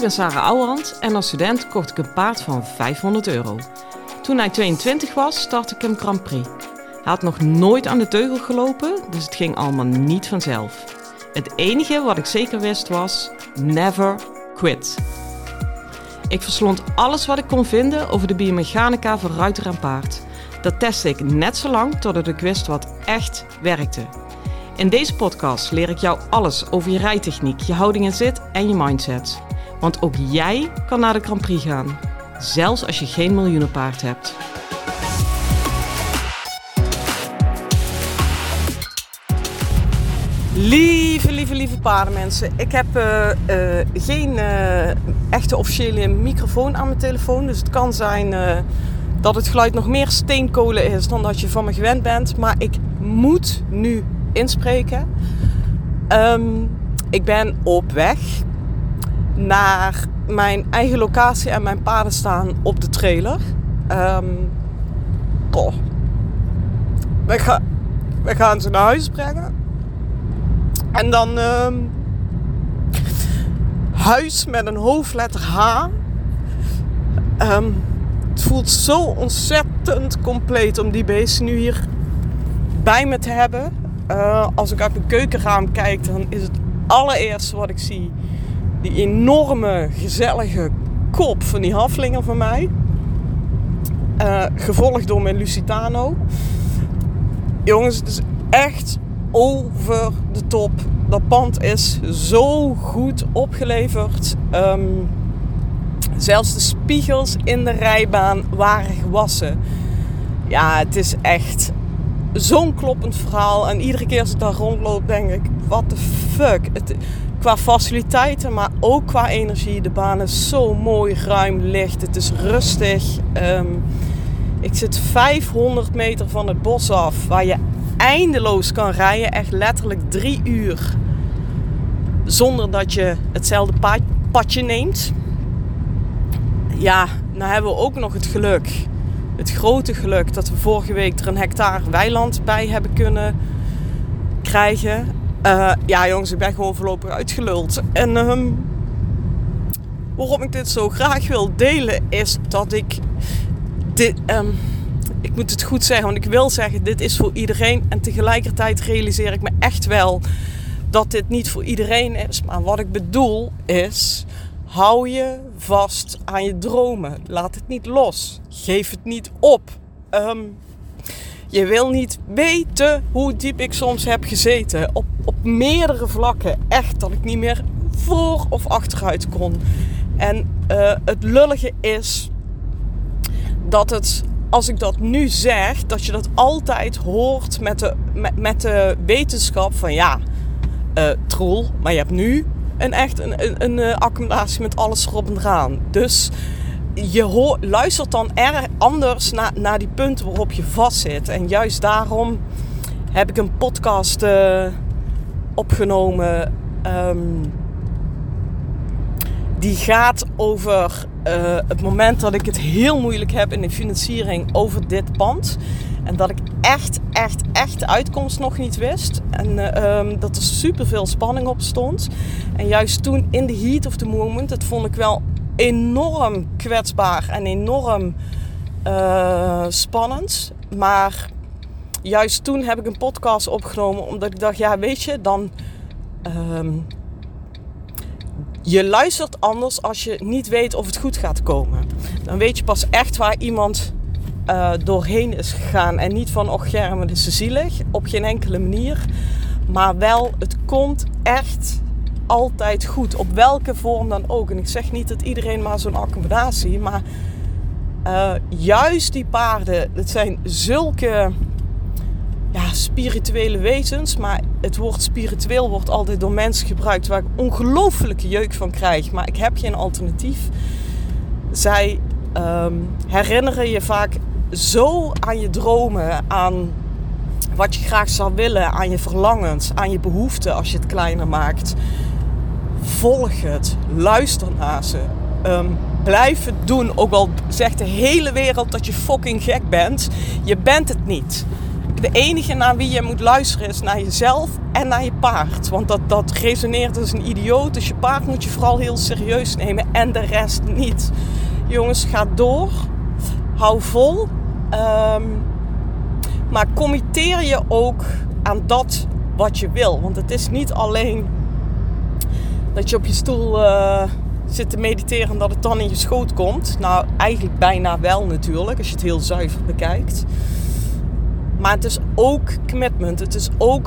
ben Sarah Ouwehand en als student kocht ik een paard van €500. Toen hij 22 was, startte ik hem Grand Prix. Hij had nog nooit aan de teugel gelopen, dus het ging allemaal niet vanzelf. Het enige wat ik zeker wist was, never quit. Ik verslond alles wat ik kon vinden over de biomechanica van ruiter en paard. Dat testte ik net zo lang totdat ik wist wat echt werkte. In deze podcast leer ik jou alles over je rijtechniek, je houding en zit en je mindset. Want ook jij kan naar de Grand Prix gaan, zelfs als je geen miljoenenpaard hebt. Lieve paardenmensen. Ik heb geen echte officiële microfoon aan mijn telefoon. Dus het kan zijn dat het geluid nog meer steenkolen is dan dat je van me gewend bent. Maar ik moet nu inspreken. Ik ben op weg naar mijn eigen locatie en mijn paarden staan op de trailer. We gaan ze naar huis brengen. En dan huis met een hoofdletter H. Het voelt zo ontzettend compleet om die beesten nu hier bij me te hebben. Als ik uit mijn keukenraam kijk, dan is het allereerste wat ik zie die enorme, gezellige kop van die haflinger van mij. Gevolgd door mijn Lusitano. Jongens, het is echt over de top. Dat pand is zo goed opgeleverd. Zelfs de spiegels in de rijbaan waren gewassen. Ja, het is echt zo'n kloppend verhaal. En iedere keer als ik daar rondloop, denk ik, what the fuck. Qua faciliteiten, maar ook qua energie. De baan is zo mooi, ruim, licht. Het is rustig. Ik zit 500 meter van het bos af, waar je eindeloos kan rijden. Echt letterlijk 3 uur. Zonder dat je hetzelfde padje neemt. Ja, nou hebben we ook nog het geluk. Het grote geluk dat we vorige week er een hectare weiland bij hebben kunnen krijgen. Ja jongens, ik ben gewoon voorlopig uitgeluld. En waarom ik dit zo graag wil delen is dat ik dit... Ik moet het goed zeggen, want ik wil zeggen, dit is voor iedereen. En tegelijkertijd realiseer ik me echt wel dat dit niet voor iedereen is. Maar wat ik bedoel is, hou je vast aan je dromen. Laat het niet los. Geef het niet op. Je wil niet weten hoe diep ik soms heb gezeten. Op meerdere vlakken. Echt dat ik niet meer voor of achteruit kon. En het lullige is dat het... Als ik dat nu zeg, dat je dat altijd hoort met de wetenschap van ja, troel, maar je hebt nu een accommodatie met alles erop en eraan. Dus je luistert dan erg anders naar die punten waarop je vastzit. En juist daarom heb ik een podcast opgenomen die gaat over het moment dat ik het heel moeilijk heb in de financiering over dit pand. En dat ik echt de uitkomst nog niet wist. En dat er superveel spanning op stond. En juist toen, in the heat of the moment, dat vond ik wel enorm kwetsbaar en enorm spannend. Maar juist toen heb ik een podcast opgenomen, omdat ik dacht, ja weet je, dan... Je luistert anders als je niet weet of het goed gaat komen. Dan weet je pas echt waar iemand doorheen is gegaan. En niet van, och Germen, dit is zielig. Op geen enkele manier. Maar wel, het komt echt altijd goed. Op welke vorm dan ook. En ik zeg niet dat iedereen maar zo'n accommodatie. Maar juist die paarden, het zijn zulke... Ja, spirituele wezens, maar het woord spiritueel wordt altijd door mensen gebruikt waar ik ongelooflijke jeuk van krijg, maar ik heb geen alternatief. Zij herinneren je vaak zo aan je dromen, aan wat je graag zou willen, aan je verlangens, aan je behoeften als je het kleiner maakt. Volg het, luister naar ze. Blijf het doen, ook al zegt de hele wereld dat je fucking gek bent. Je bent het niet. de enige naar wie je moet luisteren is naar jezelf en naar je paard. Want dat resoneert als een idioot. Dus je paard moet je vooral heel serieus nemen en de rest niet. Jongens, ga door. Hou vol. Maar committeer je ook aan dat wat je wil. Want het is niet alleen dat je op je stoel zit te mediteren en dat het dan in je schoot komt. Nou, eigenlijk bijna wel natuurlijk, als je het heel zuiver bekijkt. Maar het is ook commitment. Het is ook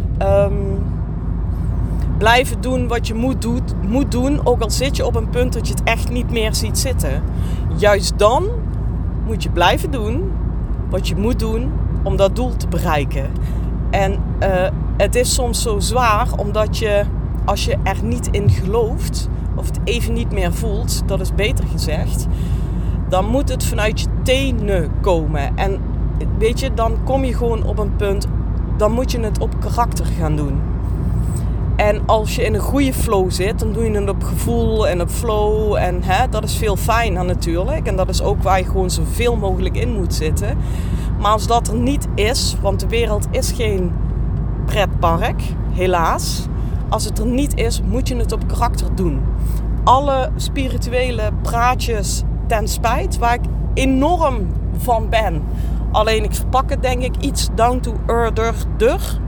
blijven doen wat je moet doen. Ook al zit je op een punt dat je het echt niet meer ziet zitten. Juist dan moet je blijven doen wat je moet doen om dat doel te bereiken. En het is soms zo zwaar omdat je, als je er niet in gelooft of het even niet meer voelt, dat is beter gezegd, dan moet het vanuit je tenen komen. En weet je, dan kom je gewoon op een punt, dan moet je het op karakter gaan doen. En als je in een goede flow zit, dan doe je het op gevoel en op flow. En dat is veel fijner natuurlijk. En dat is ook waar je gewoon zoveel mogelijk in moet zitten. Maar als dat er niet is, want de wereld is geen pretpark, helaas. Als het er niet is, moet je het op karakter doen. Alle spirituele praatjes ten spijt, waar ik enorm van ben. Alleen ik verpak het denk ik iets down to earther.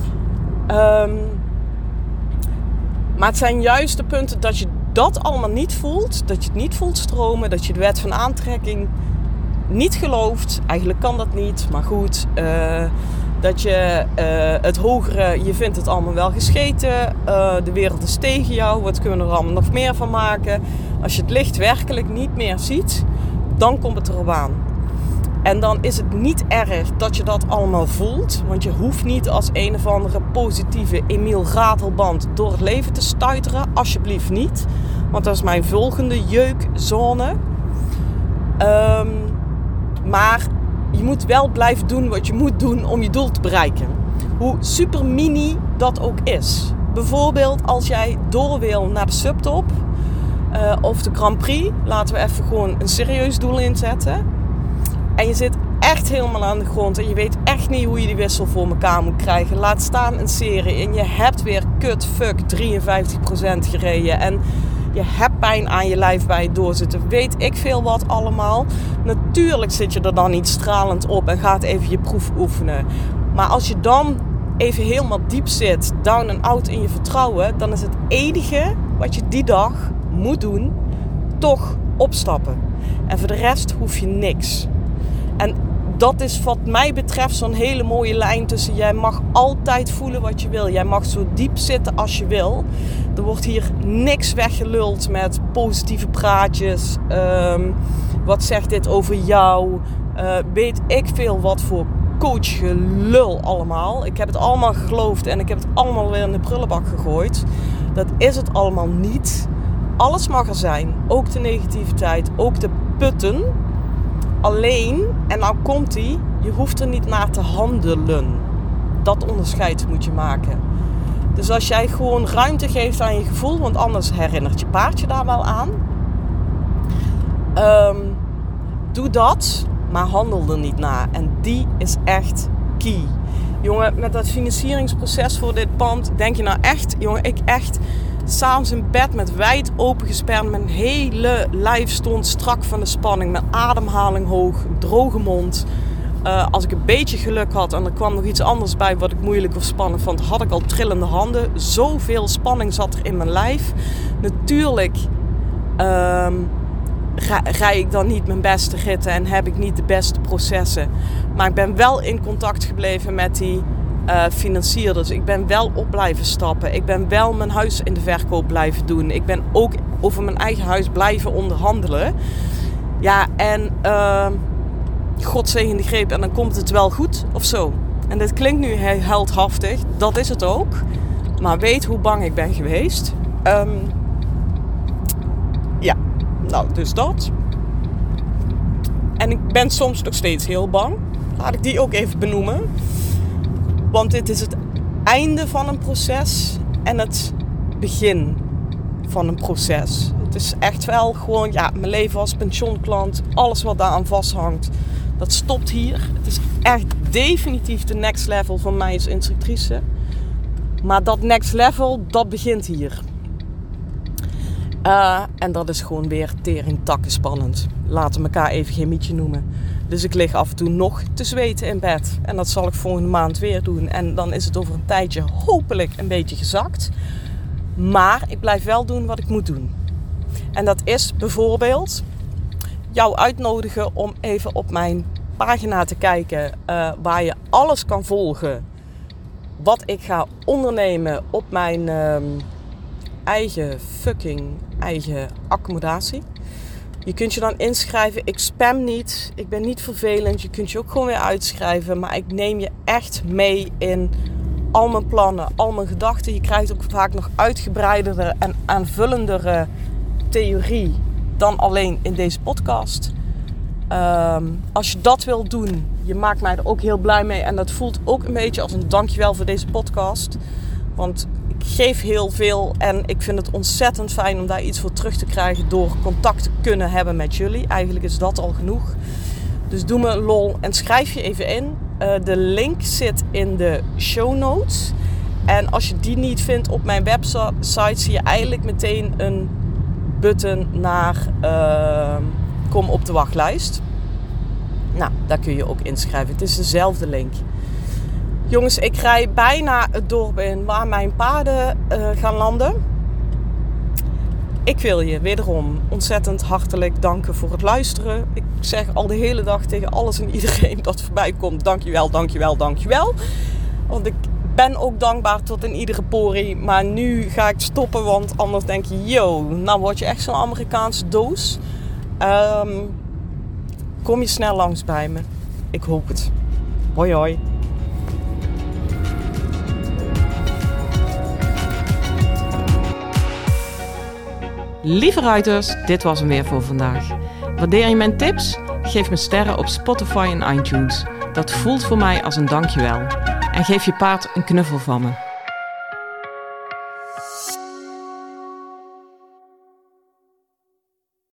Maar het zijn juist de punten dat je dat allemaal niet voelt. Dat je het niet voelt stromen. Dat je de wet van aantrekking niet gelooft. Eigenlijk kan dat niet, maar goed. Dat je het hogere, je vindt het allemaal wel gescheten. De wereld is tegen jou. Wat kunnen we er allemaal nog meer van maken? Als je het licht werkelijk niet meer ziet, dan komt het erop aan. En dan is het niet erg dat je dat allemaal voelt. Want je hoeft niet als een of andere positieve Emiel Ratelband door het leven te stuiteren. Alsjeblieft niet. Want dat is mijn volgende jeukzone. Maar je moet wel blijven doen wat je moet doen om je doel te bereiken. Hoe super mini dat ook is. Bijvoorbeeld als jij door wil naar de subtop. Of de Grand Prix. Laten we even gewoon een serieus doel inzetten. En je zit echt helemaal aan de grond. En je weet echt niet hoe je die wissel voor elkaar moet krijgen. Laat staan een serie. En je hebt weer 53% gereden. En je hebt pijn aan je lijf bij het doorzitten. Weet ik veel wat allemaal. Natuurlijk zit je er dan niet stralend op. En gaat even je proef oefenen. Maar als je dan even helemaal diep zit. Down and out in je vertrouwen. Dan is het enige wat je die dag moet doen. Toch opstappen. En voor de rest hoef je niks. En dat is wat mij betreft zo'n hele mooie lijn tussen jij mag altijd voelen wat je wil. Jij mag zo diep zitten als je wil. Er wordt hier niks weggeluld met positieve praatjes. Wat zegt dit over jou? Weet ik veel wat voor coachgelul allemaal. Ik heb het allemaal geloofd en ik heb het allemaal weer in de prullenbak gegooid. Dat is het allemaal niet. Alles mag er zijn. Ook de negativiteit, ook de putten. Alleen, en nou komt-ie, je hoeft er niet naar te handelen. Dat onderscheid moet je maken. Dus als jij gewoon ruimte geeft aan je gevoel, want anders herinnert je paard je daar wel aan. Doe dat, maar handel er niet naar. En die is echt key. Jongen, met dat financieringsproces voor dit pand, denk je nou echt, jongen, ik echt 's'avonds in bed met wijd open gesperd. Mijn hele lijf stond strak van de spanning. Mijn ademhaling hoog, droge mond. Als ik een beetje geluk had en er kwam nog iets anders bij wat ik moeilijk of spannend vond, had ik al trillende handen. Zoveel spanning zat er in mijn lijf. Natuurlijk rij ik dan niet mijn beste ritten en heb ik niet de beste processen. Maar ik ben wel in contact gebleven met die financierders. Ik ben wel op blijven stappen. Ik ben wel mijn huis in de verkoop blijven doen. Ik ben ook over mijn eigen huis blijven onderhandelen. Ja, en God zegen de greep en dan komt het wel goed of zo. En dit klinkt nu heldhaftig. Dat is het ook. Maar weet hoe bang ik ben geweest. Ja, nou, dus dat. En ik ben soms nog steeds heel bang. Laat ik die ook even benoemen. Want dit is het einde van een proces en het begin van een proces. Het is echt wel gewoon, ja, mijn leven als pensioenklant, alles wat daaraan vasthangt. Dat stopt hier. Het is echt definitief de next level van mij als instructrice. Maar dat next level, dat begint hier. En dat is gewoon weer tering takken spannend. Laten we elkaar even geen mietje noemen. Dus ik lig af en toe nog te zweten in bed. En dat zal ik volgende maand weer doen. En dan is het over een tijdje hopelijk een beetje gezakt. Maar ik blijf wel doen wat ik moet doen. En dat is bijvoorbeeld jou uitnodigen om even op mijn pagina te kijken. Waar je alles kan volgen. Wat ik ga ondernemen op mijn eigen accommodatie. Je kunt je dan inschrijven. Ik spam niet. Ik ben niet vervelend. Je kunt je ook gewoon weer uitschrijven. Maar ik neem je echt mee in al mijn plannen, al mijn gedachten. Je krijgt ook vaak nog uitgebreidere en aanvullendere theorie dan alleen in deze podcast. Als je dat wilt doen, je maakt mij er ook heel blij mee. En dat voelt ook een beetje als een dankjewel voor deze podcast. Want ik geef heel veel en ik vind het ontzettend fijn om daar iets voor terug te krijgen door contact te kunnen hebben met jullie. Eigenlijk is dat al genoeg. Dus doe me een lol en schrijf je even in. De link zit in de show notes. En als je die niet vindt op mijn website, zie je eigenlijk meteen een button naar kom op de wachtlijst. Nou, daar kun je ook inschrijven. Het is dezelfde link. Jongens, ik rij bijna het dorp in waar mijn paarden gaan landen. Ik wil je wederom ontzettend hartelijk danken voor het luisteren. Ik zeg al de hele dag tegen alles en iedereen dat voorbij komt. Dankjewel, dankjewel, dankjewel. Want ik ben ook dankbaar tot in iedere porie. Maar nu ga ik stoppen, want anders denk je... Yo, nou word je echt zo'n Amerikaanse doos. Kom je snel langs bij me. Ik hoop het. Hoi hoi. Lieve ruiters, dit was hem weer voor vandaag. Waardeer je mijn tips? Geef me sterren op Spotify en iTunes. Dat voelt voor mij als een dankjewel. En geef je paard een knuffel van me.